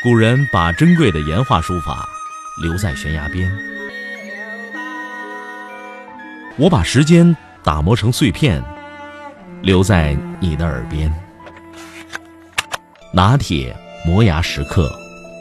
古人把珍贵的岩画书法留在悬崖边，我把时间打磨成碎片，留在你的耳边。拿铁磨牙时刻。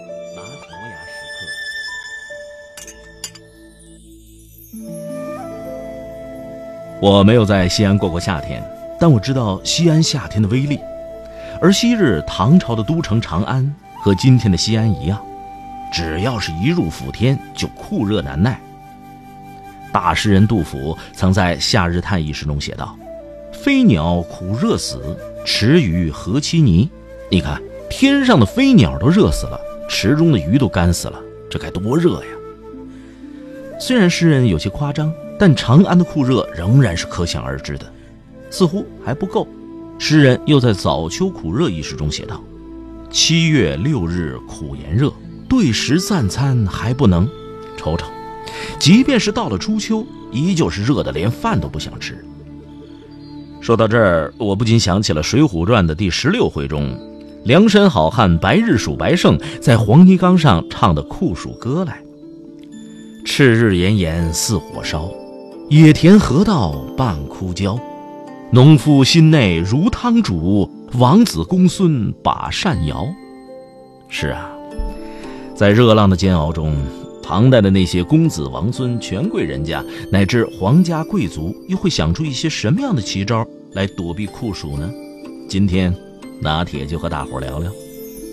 我没有在西安过过夏天，但我知道西安夏天的威力。而昔日唐朝的都城长安和今天的西安一样，只要是一入伏天就酷热难耐。大诗人杜甫曾在《夏日叹》一诗中写道：飞鸟苦热死，池鱼何其泥。你看天上的飞鸟都热死了，池中的鱼都干死了，这该多热呀。虽然诗人有些夸张，但长安的酷热仍然是可想而知的。似乎还不够，诗人又在《早秋苦热》一诗中写道：7月6日苦炎热，对食暂餐还不能。瞅瞅，即便是到了初秋，依旧是热得连饭都不想吃。说到这儿，我不禁想起了《水浒传》的第16回中，梁山好汉白日数白胜在黄泥冈上唱的酷暑歌来：赤日炎炎似火烧，野田河道半枯焦。农夫心内如汤煮，王子公孙把扇摇。是啊，在热浪的煎熬中，唐代的那些公子王孙、权贵人家乃至皇家贵族又会想出一些什么样的奇招来躲避酷暑呢？今天拿铁就和大伙聊聊。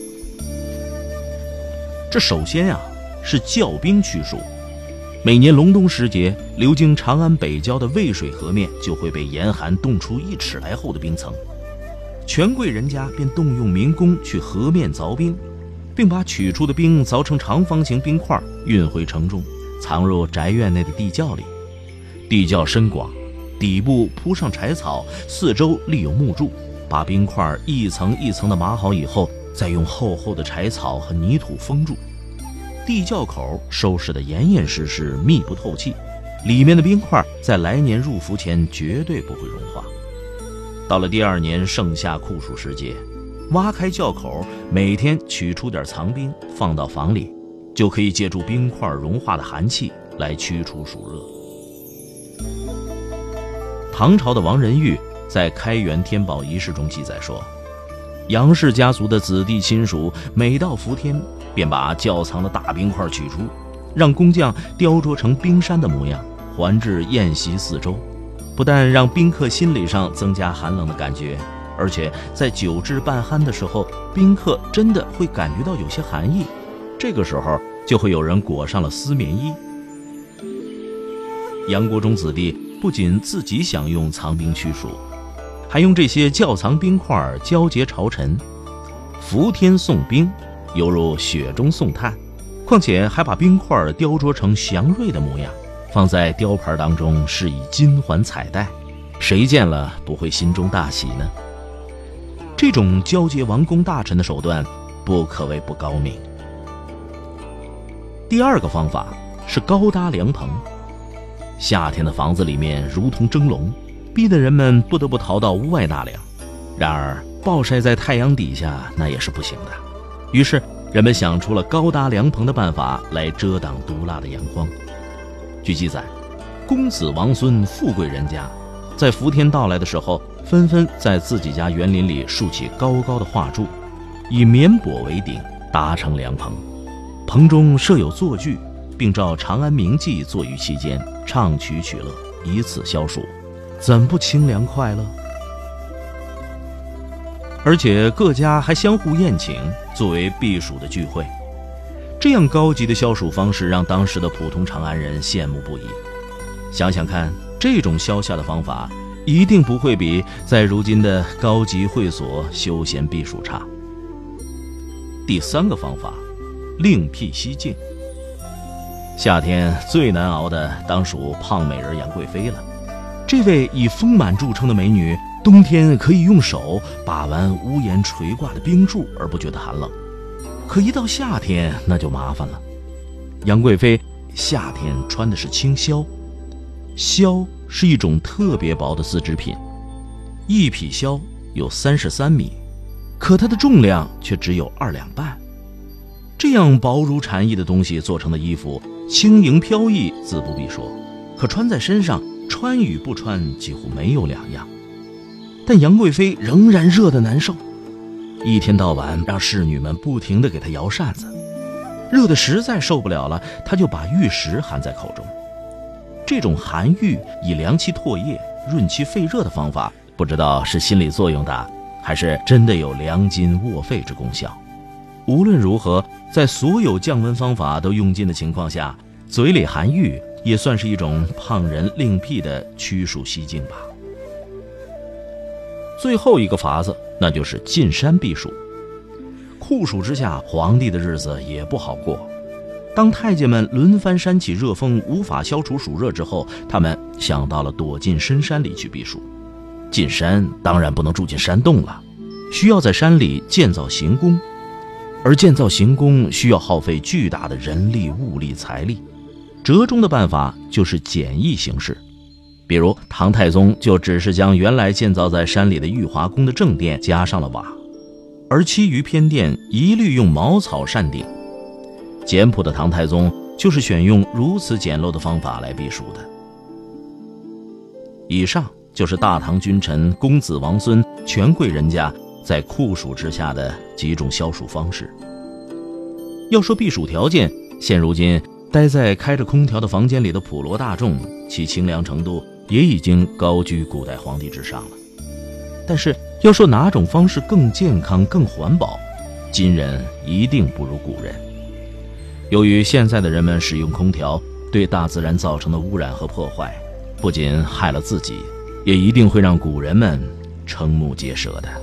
这首先是教兵驱暑。每年隆冬时节，流经长安北郊的渭水河面就会被严寒冻出1尺来厚的冰层，权贵人家便动用民工去河面凿冰，并把取出的冰凿成长方形冰块，运回城中，藏入宅院内的地窖里。地窖深广，底部铺上柴草，四周立有木柱，把冰块一层一层的码好以后，再用厚厚的柴草和泥土封住。地窖口收拾得严严实实，密不透气，里面的冰块在来年入伏前绝对不会融化。到了第2年盛夏酷暑时节，挖开窖口，每天取出点藏冰，放到房里，就可以借助冰块融化的寒气来驱除暑热。唐朝的王仁玉在开元天宝遗事中记载说，杨氏家族的子弟亲属每到伏天，便把窖藏的大冰块取出，让工匠雕琢成冰山的模样，环至宴席四周。不但让宾客心理上增加寒冷的感觉，而且在酒至半酣的时候，宾客真的会感觉到有些寒意，这个时候就会有人裹上了丝棉衣。杨国忠子弟不仅自己享用藏冰驱暑，还用这些窖藏冰块交结朝臣。伏天送冰，犹如雪中送炭，况且还把冰块雕琢成祥瑞的模样，放在雕盘当中，施以金环彩带，谁见了不会心中大喜呢？这种交结王公大臣的手段不可谓不高明。第2个方法是高搭凉棚。夏天的房子里面如同蒸笼，逼得人们不得不逃到屋外纳凉。然而暴晒在太阳底下那也是不行的，于是人们想出了高搭凉棚的办法来遮挡毒辣的阳光。据记载，公子王孙富贵人家在伏天到来的时候，纷纷在自己家园林里竖起高高的画柱，以棉帛为顶，搭成凉棚，棚中设有坐具，并照长安名妓坐于其间，唱曲取乐，以此消暑，怎不清凉快乐？而且各家还相互宴请，作为避暑的聚会。这样高级的消暑方式让当时的普通长安人羡慕不已。想想看，这种消夏的方法一定不会比在如今的高级会所休闲避暑差。第3个方法，另辟蹊径。夏天最难熬的当属胖美人杨贵妃了。这位以丰满著称的美女，冬天可以用手把玩屋檐垂挂的冰柱而不觉得寒冷，可一到夏天那就麻烦了。杨贵妃夏天穿的是青绡，绡是一种特别薄的丝织品，一匹绡有33米，可它的重量却只有2两半。 这样薄如蝉翼的东西做成的衣服，轻盈飘逸自不必说，可穿在身上，穿与不穿几乎没有两样。但杨贵妃仍然热得难受，一天到晚让侍女们不停地给她摇扇子，热得实在受不了了，她就把玉石含在口中。这种含玉以凉其唾液、润其肺热的方法，不知道是心理作用大，还是真的有凉筋卧肺之功效。无论如何，在所有降温方法都用尽的情况下，嘴里含玉也算是一种胖人另辟的驱暑息静吧。最后一个法子，那就是进山避暑。酷暑之下，皇帝的日子也不好过。当太监们轮番煽起热风，无法消除暑热之后，他们想到了躲进深山里去避暑。进山当然不能住进山洞了，需要在山里建造行宫，而建造行宫需要耗费巨大的人力、物力、财力。折中的办法就是简易形式，比如唐太宗就只是将原来建造在山里的裕华宫的正殿加上了瓦，而其余偏殿一律用茅草扇顶。简朴的唐太宗就是选用如此简陋的方法来避暑的。以上就是大唐君臣、公子王孙、权贵人家在酷暑之下的几种消暑方式。要说避暑条件，现如今待在开着空调的房间里的普罗大众，其清凉程度也已经高居古代皇帝之上了。但是要说哪种方式更健康、更环保，今人一定不如古人。由于现在的人们使用空调对大自然造成的污染和破坏，不仅害了自己，也一定会让古人们瞠目结舌的。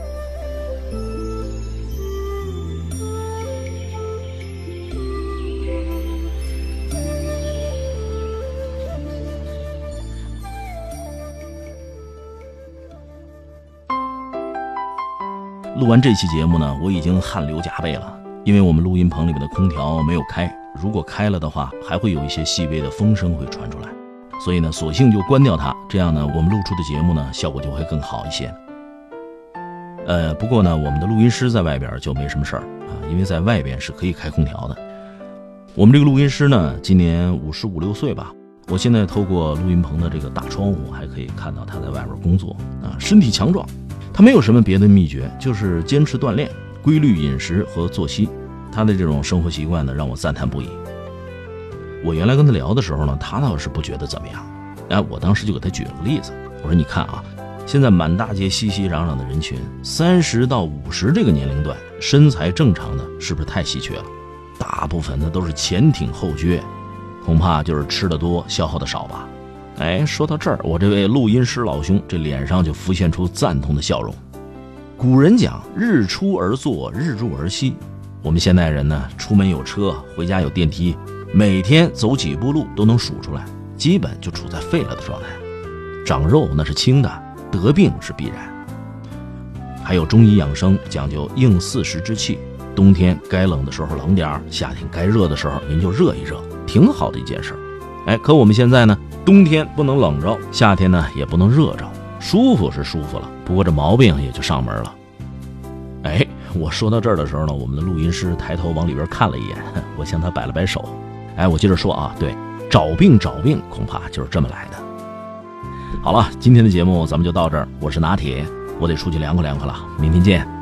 录完这期节目呢，我已经汗流浃背了，因为我们录音棚里面的空调没有开，如果开了的话，还会有一些细微的风声会传出来，所以呢，索性就关掉它，这样呢，我们录出的节目呢，效果就会更好一些。不过呢，我们的录音师在外边就没什么事儿啊，因为在外边是可以开空调的。我们这个录音师呢，今年55、56岁吧，我现在透过录音棚的这个大窗户，还可以看到他在外边工作啊，身体强壮。他没有什么别的秘诀，就是坚持锻炼、规律饮食和作息。他的这种生活习惯呢，让我赞叹不已。我原来跟他聊的时候呢，他倒是不觉得怎么样。我当时就给他举了个例子，我说你看啊，现在满大街熙熙攘攘的人群，30到50这个年龄段，身材正常的是不是太稀缺了？大部分的都是前挺后撅，恐怕就是吃得多，消耗的少吧。说到这儿，我这位录音师老兄这脸上就浮现出赞同的笑容。古人讲日出而作，日入而息，我们现代人呢，出门有车，回家有电梯，每天走几步路都能数出来，基本就处在废了的状态。长肉那是轻的，得病是必然。还有中医养生讲究应四时之气，冬天该冷的时候冷点，夏天该热的时候您就热一热，挺好的一件事。可我们现在呢，冬天不能冷着，夏天呢也不能热着，舒服是舒服了，不过这毛病也就上门了。我说到这儿的时候呢，我们的录音师抬头往里边看了一眼，我向他摆了摆手。我接着说啊，对，找病恐怕就是这么来的。好了，今天的节目咱们就到这儿，我是拿铁，我得出去凉快了，明天见。